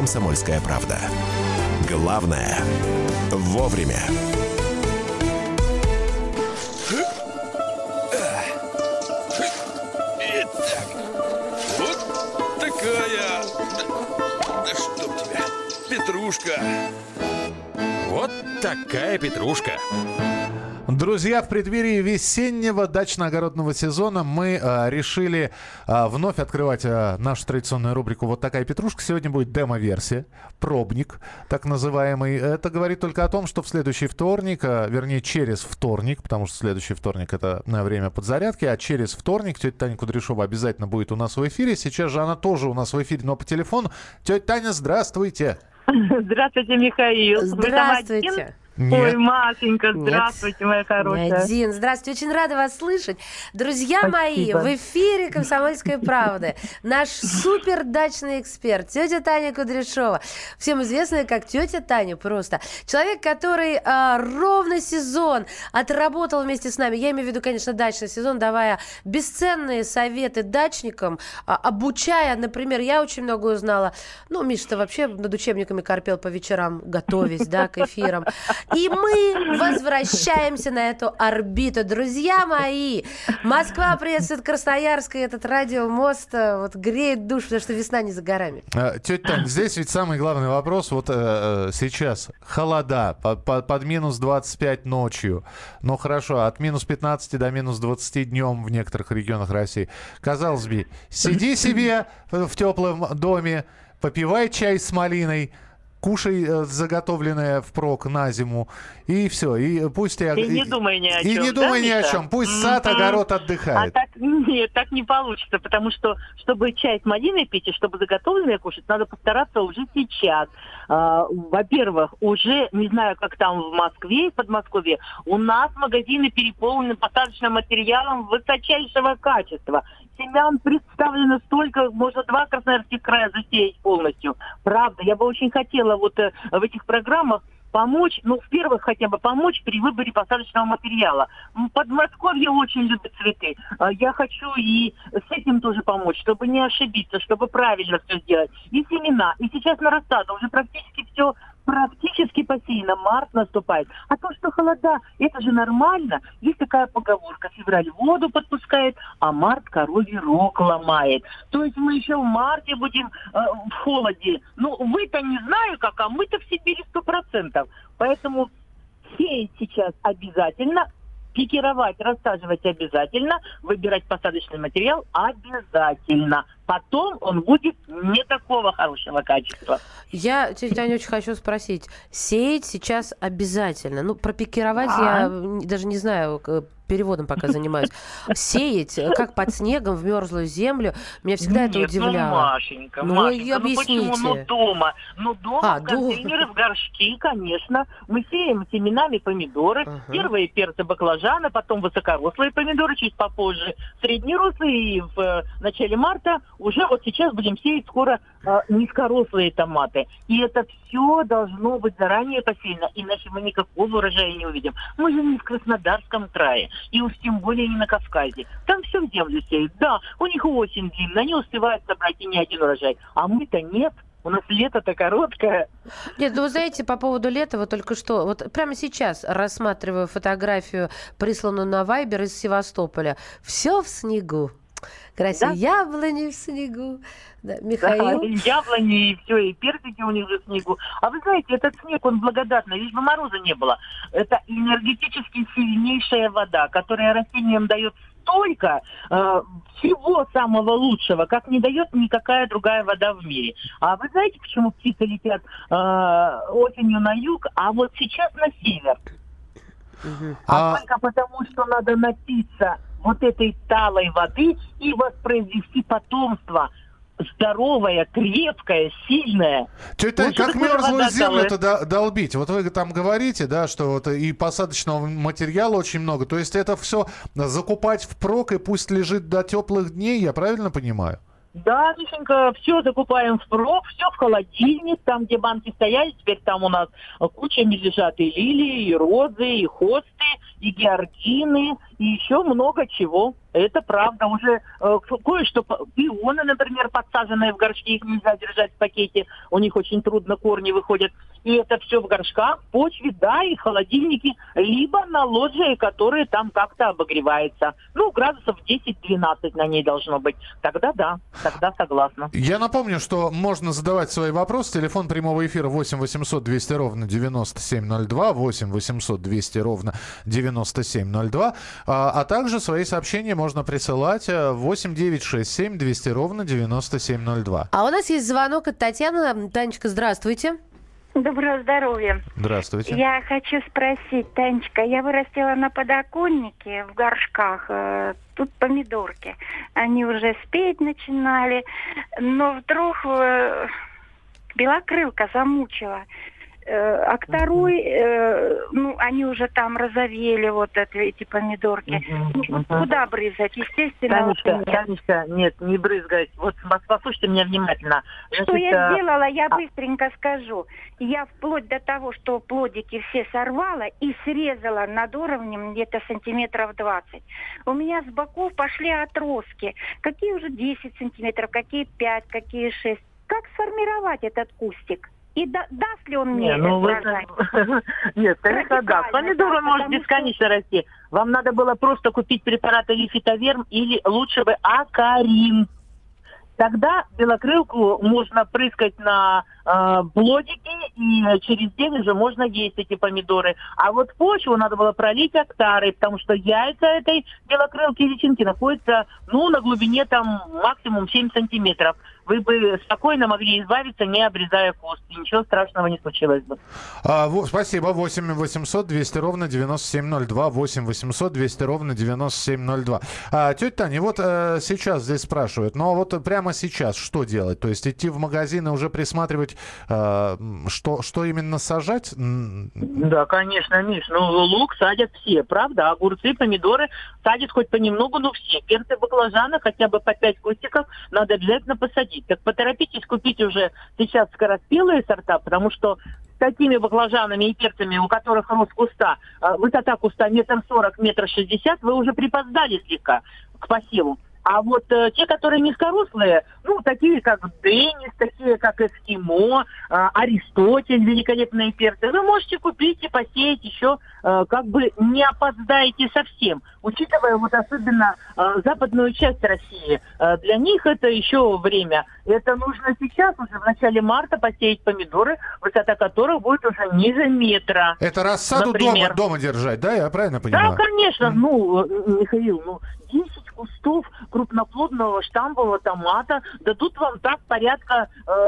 «Комсомольская правда». Главное – вовремя. Итак, вот такая... Да чтоб тебя, петрушка. Вот такая петрушка. Друзья, в преддверии весеннего дачно-огородного сезона мы решили вновь открывать нашу традиционную рубрику «Вот такая петрушка». Сегодня будет демо-версия, пробник так называемый. Это говорит только о том, что в следующий вторник, вернее, через вторник, потому что следующий вторник – это время подзарядки, а через вторник тетя Таня Кудряшова обязательно будет у нас в эфире. Сейчас же она тоже у нас в эфире, но по телефону. Тетя Таня, здравствуйте. Здравствуйте, Михаил. Здравствуйте. Нет. Ой, Машенька, здравствуйте, моя хорошая. Не один. Здравствуйте, очень рада вас слышать. Друзья мои, в эфире «Комсомольской правды» наш супер дачный эксперт, тетя Таня Кудряшова. Всем известная как тетя Таня просто. Человек, который ровно сезон отработал вместе с нами. Я имею в виду, конечно, дачный сезон, давая бесценные советы дачникам, обучая, например, я очень много узнала. Ну, Миша-то вообще над учебниками корпел по вечерам, готовясь, да, к эфирам. И мы возвращаемся на эту орбиту. Друзья мои, Москва приветствует Красноярск, и этот радиомост вот греет душу, потому что весна не за горами. Тетя Тань, здесь ведь самый главный вопрос. Вот сейчас холода, под минус 25 ночью. Ну хорошо, от минус 15 до минус 20 днем в некоторых регионах России. Казалось бы, сиди себе в теплом доме, попивай чай с малиной, кушай заготовленное впрок на зиму, и все. И пусть и не думай ни о чем. И не думай ни о чем. Пусть сад, огород отдыхает. Нет, так не получится, потому что, чтобы чай с малиной пить и чтобы заготовленное кушать, надо постараться уже сейчас. Во-первых, уже, не знаю, как там в Москве, в Подмосковье, у нас магазины переполнены посадочным материалом высочайшего качества. Семян представлено столько, можно 2 Красноярских края засеять полностью. Правда, я бы очень хотела вот в этих программах помочь, ну, в-первых, хотя бы помочь при выборе посадочного материала. Подмосковье очень любит цветы. Я хочу и с этим тоже помочь, чтобы не ошибиться, чтобы правильно все сделать. И семена. И сейчас на рассаду уже практически все посеяно, март наступает. А то, что холода, это же нормально. Есть такая поговорка: февраль воду подпускает, а март коровий рог ломает. То есть мы еще в марте будем в холоде. Ну, вы-то не знаю как, а мы-то в Сибири 100%. Поэтому сеять сейчас обязательно, пикировать, рассаживать обязательно, выбирать посадочный материал обязательно. Потом он будет не такого хорошего качества. Я, тетя Таня, очень хочу спросить. Сеять сейчас обязательно? Ну, пропикировать я даже не знаю, переводом пока занимаюсь. Сеять, как под снегом, в мерзлую землю, меня всегда это удивляло. Ну, Машенька, объясните. Почему? Дома. Дома в контейнеры, в горшки, конечно. Мы сеем семенами помидоры. Первые перцы баклажаны, потом высокорослые помидоры, чуть попозже среднерослые, и в начале марта уже вот сейчас будем сеять скоро низкорослые томаты. И это все должно быть заранее посеяно, иначе мы никакого урожая не увидим. Мы же не в Краснодарском крае, и уж тем более не на Кавказе. Там все в землю сеют. Да, у них осень длинная, они успевают собрать и не один урожай. А мы-то нет. У нас лето-то короткое. Нет, ну вы знаете, по поводу лета, вот только что, вот прямо сейчас рассматриваю фотографию, присланную на Вайбер из Севастополя. Все в снегу. Красиво. Да? Яблони в снегу. Да, Михаил. Да, и яблони, и все, и персики у них в снегу. А вы знаете, этот снег, он благодатный, лишь бы мороза не было. Это энергетически сильнейшая вода, которая растениям дает столько всего самого лучшего, как не дает никакая другая вода в мире. А вы знаете, почему птицы летят осенью на юг, а вот сейчас на север? Только потому, что надо напиться вот этой талой воды и воспроизвести потомство. Здоровая, крепкая, сильная. Тетя Тань, как мерзлую землю-то долбить? Вот вы там говорите, да, что вот и посадочного материала очень много. То есть это все закупать впрок и пусть лежит до теплых дней, я правильно понимаю? Да, Мишенька, все закупаем впрок, все в холодильник, там, где банки стояли, теперь там у нас кучами лежат и лилии, и розы, и хосты, и георгины, и еще много чего. Это правда. Уже кое-что, пионы, например, подсаженные в горшки, их нельзя держать в пакете, у них очень трудно корни выходят. И это все в горшках, в почве, да, и в холодильнике, либо на лоджии, которые там как-то обогревается. Ну, градусов 10-12 на ней должно быть. Тогда да, тогда согласна. Я напомню, что можно задавать свои вопросы. Телефон прямого эфира 8 800 200 ровно 9702, 8 800 200 ровно 9702. А также свои сообщения можно присылать 8 967 200 ровно 9702. А у нас есть звонок от Татьяны. Танечка, здравствуйте. Доброго здоровья. Здравствуйте. Я хочу спросить, Танечка, я вырастила на подоконнике в горшках, тут помидорки. Они уже спеть начинали, но вдруг белокрылка замучила. А второй, они уже там розовели, вот эти помидорки. Куда брызгать? Естественно. Танечка, нет, не брызгать. Вот послушайте меня внимательно. Что я сделала, я быстренько скажу. Я вплоть до того, что плодики все сорвала и срезала над уровнем где-то сантиметров 20. У меня с боков пошли отростки. Какие уже 10 сантиметров, какие 5, какие 6. Как сформировать этот кустик? И даст ли он мне урожай? Нет, конечно, да. Помидоры может бесконечно расти. Вам надо было просто купить препараты или фитоверм, или лучше бы акарин. Тогда белокрылку можно прыскать на плодики, и через день уже можно есть эти помидоры. А вот почву надо было пролить октарой, потому что яйца этой белокрылки личинки находятся, на глубине там максимум 7 сантиметров. Вы бы спокойно могли избавиться, не обрезая куст. И ничего страшного не случилось бы. Спасибо. 8 800 200 ровно 9702. 8 800 200 ровно 9702. Тетя Таня, вот сейчас здесь спрашивают, но вот прямо сейчас что делать? То есть идти в магазин и уже присматривать, что именно сажать? Да, конечно, Миш. Лук садят все, правда? Огурцы, помидоры садят хоть понемногу, но все. Перцы, баклажаны, хотя бы по 5 кустиков надо обязательно посадить. Так поторопитесь купить уже сейчас скороспелые сорта, потому что с такими баклажанами и перцами, у которых рост куста, высота куста 1,40 м, 1,60 м, вы уже припоздали слегка к посеву. А вот те, которые низкорослые, такие как Денис, такие как Эскимо, Аристотель, великолепные перцы, вы можете купить и посеять еще, не опоздаете совсем. Учитывая вот особенно западную часть России, для них это еще время. Это нужно сейчас, уже в начале марта, посеять помидоры, высота которых будет уже ниже метра. Это рассаду дома держать, да? Я правильно понимаю? Да, конечно. Михаил, 10 кустов крупноплодного штамбового томата дадут вам так порядка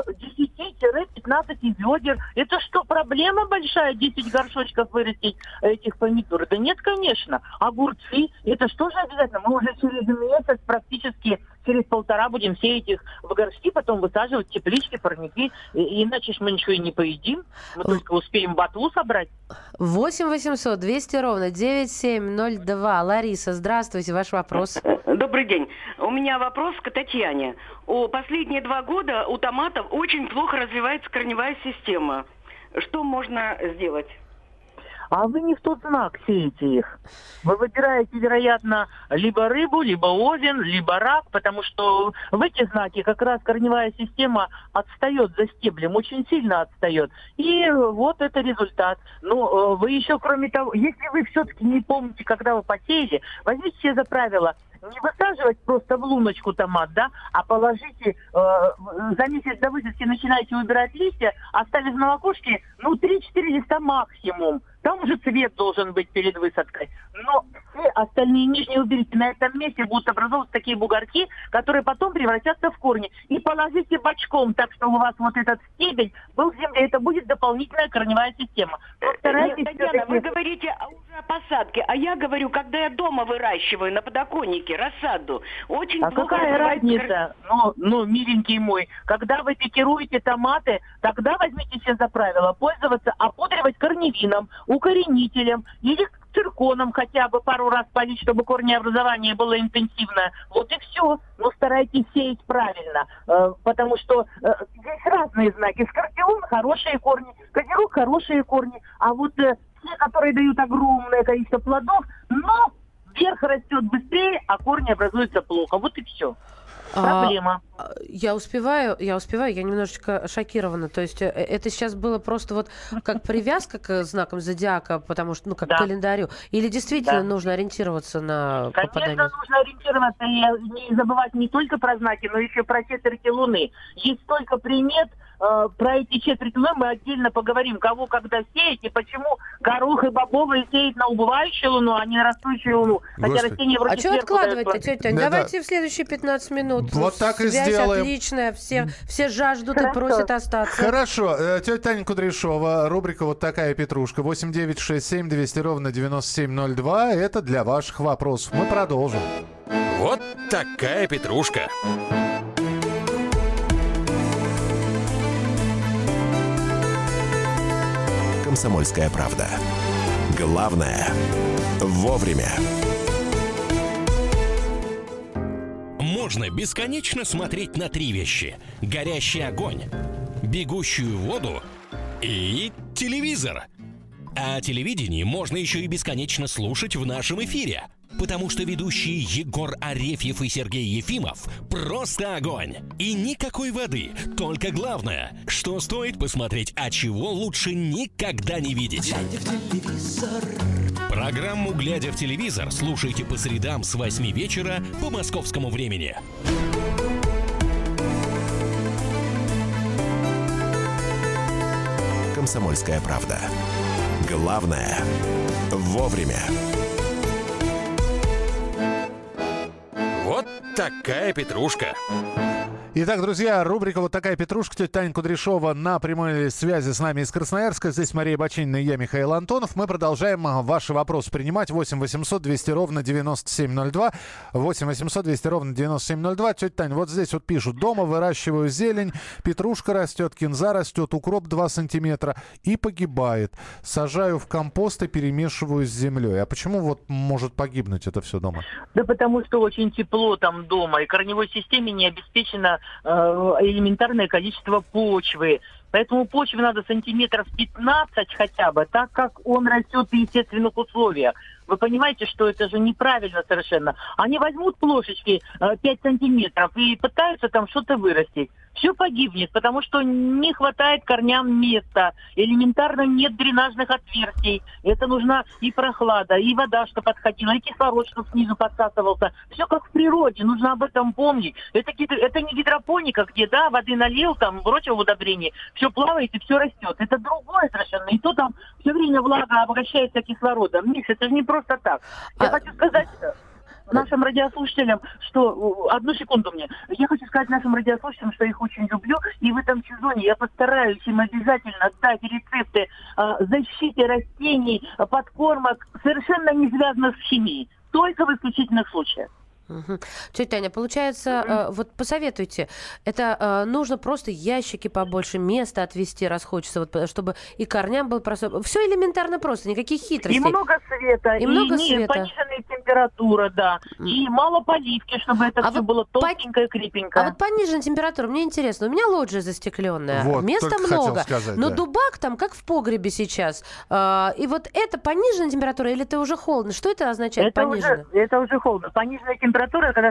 10-15 ведер. Это что, проблема большая, 10 горшочков вырастить этих помидор? Да нет, конечно. Огурцы, это что же обязательно? Мы уже через месяц, практически через 1,5 будем сеять их в горшки, потом высаживать теплички, парники. Иначе ж мы ничего и не поедим. Мы только успеем ботву собрать. 8 800 200 ровно 9702. Лариса, здравствуйте, ваш вопрос. Добрый день. У меня вопрос к Татьяне. Последние 2 года у томатов очень плохо развивается корневая система. Что можно сделать? А вы не в тот знак сеете их. Вы выбираете, вероятно, либо рыбу, либо овен, либо рак, потому что в эти знаки как раз корневая система отстает за стеблем, очень сильно отстает. И вот это результат. Вы еще, кроме того, если вы все-таки не помните, когда вы посеяли, возьмите себе за правило не высаживать просто в луночку томат, да, а положите, за месяц до высадки начинаете убирать листья, оставив на макушке, 3-4 листа максимум. Там уже цвет должен быть перед высадкой. Но все остальные нижние уберите. На этом месте будут образовываться такие бугорки, которые потом превратятся в корни. И положите бочком, так что у вас вот этот стебель был в земле. Это будет дополнительная корневая система. Нет, Татьяна, вы говорите уже о посадке. А я говорю, когда я дома выращиваю на подоконнике рассаду. Очень плохо. Какая разница? Миленький мой, когда вы пикируете томаты, тогда возьмите себе за правило пользоваться, опудривать корневином, укоренителем или цирконом хотя бы пару раз полить, чтобы корнеобразование было интенсивное. Вот и все. Но старайтесь сеять правильно, потому что здесь разные знаки. Скорпион – хорошие корни, козерог – хорошие корни, а вот те, которые дают огромное количество плодов, Верх растет быстрее, а корни образуются плохо. Вот и все. Проблема. Я успеваю, я немножечко шокирована. То есть это сейчас было просто вот как привязка к знакам зодиака, потому что, как к календарю? Или действительно нужно ориентироваться на попадание? Конечно, нужно ориентироваться и не забывать не только про знаки, но еще про четверти Луны. Есть столько примет. Про эти четверти Луны мы отдельно поговорим, кого когда сеять и почему горох и бобовые сеять на убывающую Луну, а не на растущую Луну. Хотя растения вроде что откладывать-то, тетя Тань? Давайте в следующие 15 минут. Вот так и Связь сделаем. Отличная, все жаждут и просят остаться. Хорошо. Тетя Таня Кудряшова, рубрика «Вот такая петрушка». 8 200 ровно 9702. Это для ваших вопросов. Мы продолжим. Вот такая петрушка. «Комсомольская правда». Главное – вовремя. Можно бесконечно смотреть на три вещи. Горящий огонь, бегущую воду и телевизор. А телевидение можно еще и бесконечно слушать в нашем эфире. Потому что ведущие Егор Арефьев и Сергей Ефимов просто огонь. И никакой воды, только главное, что стоит посмотреть, а чего лучше никогда не видеть. Глядя в телевизор. Программу «Глядя в телевизор» слушайте по средам с 8 вечера по московскому времени. «Комсомольская правда». Главное – вовремя. Вот такая петрушка. Итак, друзья, рубрика «Вот такая петрушка». Тетя Таня Кудряшова на прямой связи с нами из Красноярска. Здесь Мария Бачинина и я, Михаил Антонов. Мы продолжаем ваши вопросы принимать. 8 800 200 ровно 9702. 8 800 200 ровно 9702. Тетя Таня, вот здесь вот пишут. Дома выращиваю зелень, петрушка растет, кинза растет, укроп 2 сантиметра и погибает. Сажаю в компост и перемешиваю с землей. А почему вот может погибнуть это все дома? Да потому что очень тепло там дома, и корневой системе не обеспечено элементарное количество почвы. Поэтому почве надо сантиметров 15 хотя бы, так как он растет в естественных условиях. Вы понимаете, что это же неправильно совершенно. Они возьмут плошечки 5 сантиметров и пытаются там что-то вырастить. Все погибнет, потому что не хватает корням места. Элементарно нет дренажных отверстий. Это нужна и прохлада, и вода, чтобы подходила, и кислород, чтобы снизу подсасывался. Все как в природе, нужно об этом помнить. Это не гидропоника, где, воды налил, там, бросил в удобрение, все плавает и все растет. Это другое совершенно. И то там все время влага обогащается кислородом. Миш, это же не просто так. Я хочу сказать нашим радиослушателям, что... Одну секунду мне. Я хочу сказать нашим радиослушателям, что я их очень люблю. И в этом сезоне я постараюсь им обязательно дать рецепты защиты растений, подкормок, совершенно не связанных с химией. Только в исключительных случаях. Угу. Тетя Таня, получается, вот посоветуйте, это нужно просто ящики побольше, места отвести, раз хочется, вот, чтобы и корням было просто... Все элементарно просто, никаких хитростей. И много света, и пониженная температура, и мало поливки, чтобы это все было толстенько и крепенько. А вот пониженная температура, мне интересно, у меня лоджия застекленная, вот, места много, но дубак там как в погребе сейчас. И вот это пониженная температура или это уже холодно? Что это означает, пониженная? Это уже холодно. Пониженная температура, когда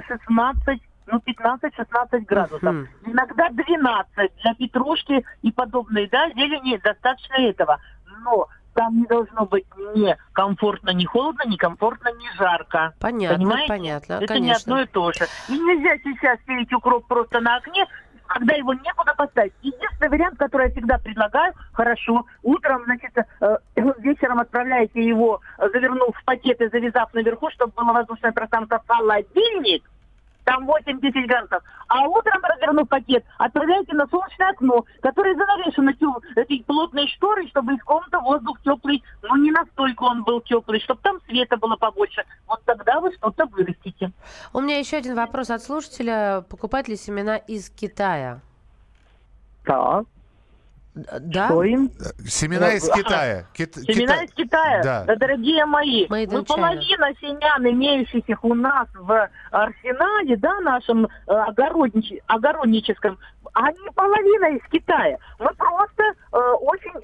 15-16 градусов. Иногда 12 для петрушки и подобной, зелени достаточно этого. Но там не должно быть ни комфортно, ни холодно, ни комфортно, ни жарко. Понятно, понимаете? Понятно, это конечно. Не одно и то же. И нельзя сейчас сеять укроп просто на окне, когда его некуда поставить. Единственный вариант, который я всегда предлагаю, хорошо, утром, вечером отправляете его, завернув в пакет и завязав наверху, чтобы было воздушное пространство, в холодильник, там 8-10 градусов, а утром, развернув пакет, отправляете на солнечное окно, которое занавешено этой плотной шторой, чтобы из комнаты воздух теплый, но не настолько он был теплый, чтобы там света было побольше. Вот тогда вы что-то вырастите. У меня еще один вопрос от слушателя. Покупать ли семена из Китая? Так. Да? Что им? Семена из Китая. Семена из Китая. Да, дорогие мои, половина семян, имеющихся у нас в арсенале, нашем огородническом, они половина из Китая. Мы просто очень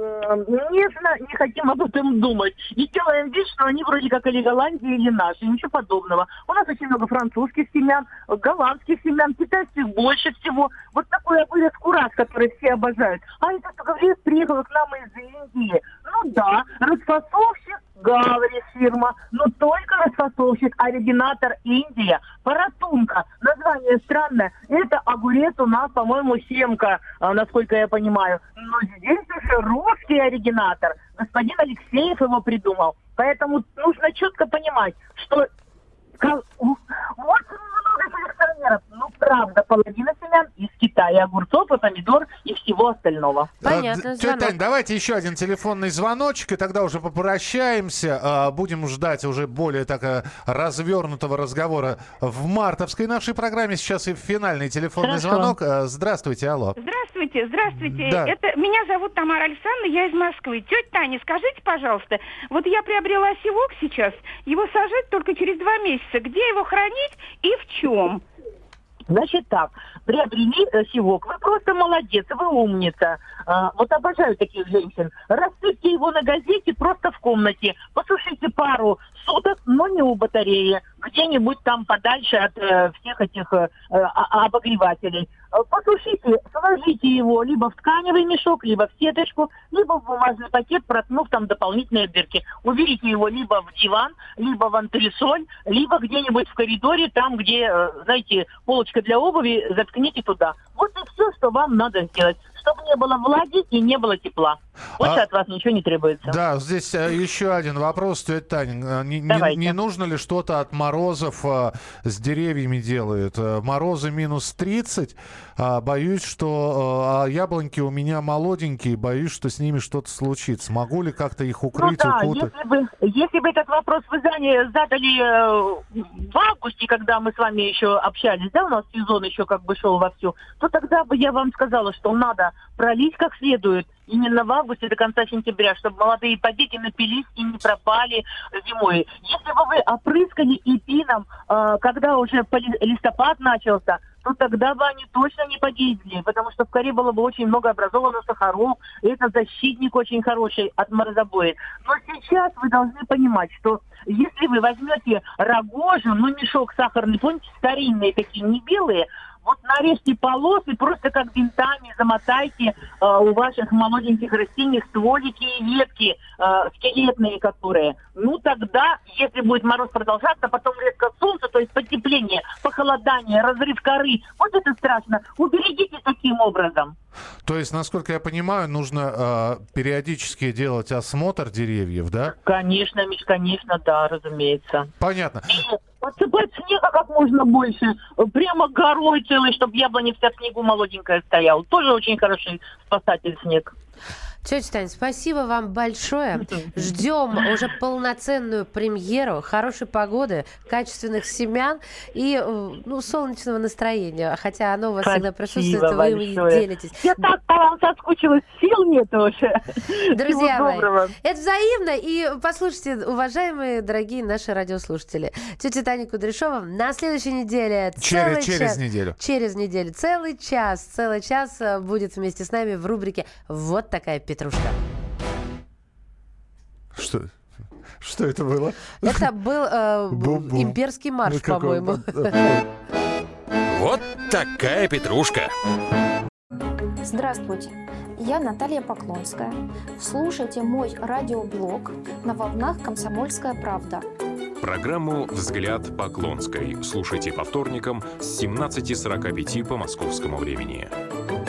нежно не хотим об этом думать. И делаем вид, что они вроде как или Голландия, или наши. Ничего подобного. У нас очень много французских семян, голландских семян, китайских больше всего. Вот такой огурец кураж, который все обожают. А это, что говорит, приехала к нам из Индии. Ну да, расфасовщик Гавриш фирма, но только расфасовщик, оригинатор Индия, Паратунка. Название странное. Это огурец у нас, по-моему, семка, насколько я понимаю. Но здесь уже русский оригинатор. Господин Алексеев его придумал. Поэтому нужно четко понимать, что очень много селекционеров. Ну, правда, половина семян из Китая, огурцов и помидор и всего остального. Понятно. Тетя Тань, давайте еще один телефонный звоночек, и тогда уже попрощаемся. Будем ждать уже более так развернутого разговора в мартовской нашей программе. Сейчас и финальный телефонный звонок. Здравствуйте, алло. Здравствуйте. Да. Меня зовут Тамара Александровна, я из Москвы. Тетя Таня, скажите, пожалуйста, вот я приобрела севок сейчас, его сажать только через 2 месяца. Где его хранить и в чем? Значит так, приобрели севок, вы просто молодец, вы умница. Вот обожаю таких женщин. Рассыпьте его на газете просто в комнате, посушите пару суток, но не у батареи, где-нибудь там подальше от всех этих обогревателей. Посушите, сложите его либо в тканевый мешок, либо в сеточку, либо в бумажный пакет, проткнув там дополнительные дырки. Уберите его либо в диван, либо в антресоль, либо где-нибудь в коридоре, там, где, знаете, полочка для обуви, заткните туда. Вот и все, что вам надо сделать, чтобы не было влаги и не было тепла. Больше от вас ничего не требуется. Да, здесь еще один вопрос, тетя Таня. Не нужно ли что-то от морозов с деревьями делает? Морозы минус 30. Боюсь, что яблоньки у меня молоденькие, боюсь, что с ними что-то случится. Могу ли как-то их укрыть, укутать? Если бы этот вопрос вы задали в августе, когда мы с вами еще общались, да, у нас сезон еще как бы шел вовсю, то тогда бы я вам сказала, что надо пролить как следует именно в августе до конца сентября, чтобы молодые побеги напились и не пропали зимой. Если бы вы опрыскали эпином, когда уже листопад начался, то тогда бы они точно не погибли, потому что в коре было бы очень много образовано сахаров, и это защитник очень хороший от морозобоя. Но сейчас вы должны понимать, что если вы возьмете рогожу, мешок сахарный, помните, старинные такие, не белые, вот нарежьте полосы, просто как бинтами замотайте у ваших молоденьких растений стволики и ветки, скелетные которые. Ну тогда, если будет мороз продолжаться, потом резко солнце, то есть потепление, похолодание, разрыв коры, вот это страшно. Уберегите таким образом. То есть, насколько я понимаю, нужно периодически делать осмотр деревьев, да? Конечно, Миш, конечно, да, разумеется. Понятно. И подсыпать снега как можно больше, прямо горой целой, чтобы яблоня вся в снегу молоденькая стояла. Тоже очень хороший спасатель снег. Тетя Таня, спасибо вам большое. Ждем уже полноценную премьеру, хорошей погоды, качественных семян и солнечного настроения. Хотя оно у вас всегда присутствует, вы им делитесь. Я так по вам соскучилась, сил нет уже. Друзья мои, это взаимно. И послушайте, уважаемые, дорогие наши радиослушатели, тетя Таня Кудряшова на следующей неделе, через неделю. Через неделю, целый час будет вместе с нами в рубрике «Вот такая петрушка». Что это было? Это был имперский марш, по-моему. Вот такая петрушка. Здравствуйте, я Наталья Поклонская. Слушайте мой радиоблог на волнах «Комсомольская правда». Программу «Взгляд Поклонской» слушайте по вторникам с 17:45 по московскому времени.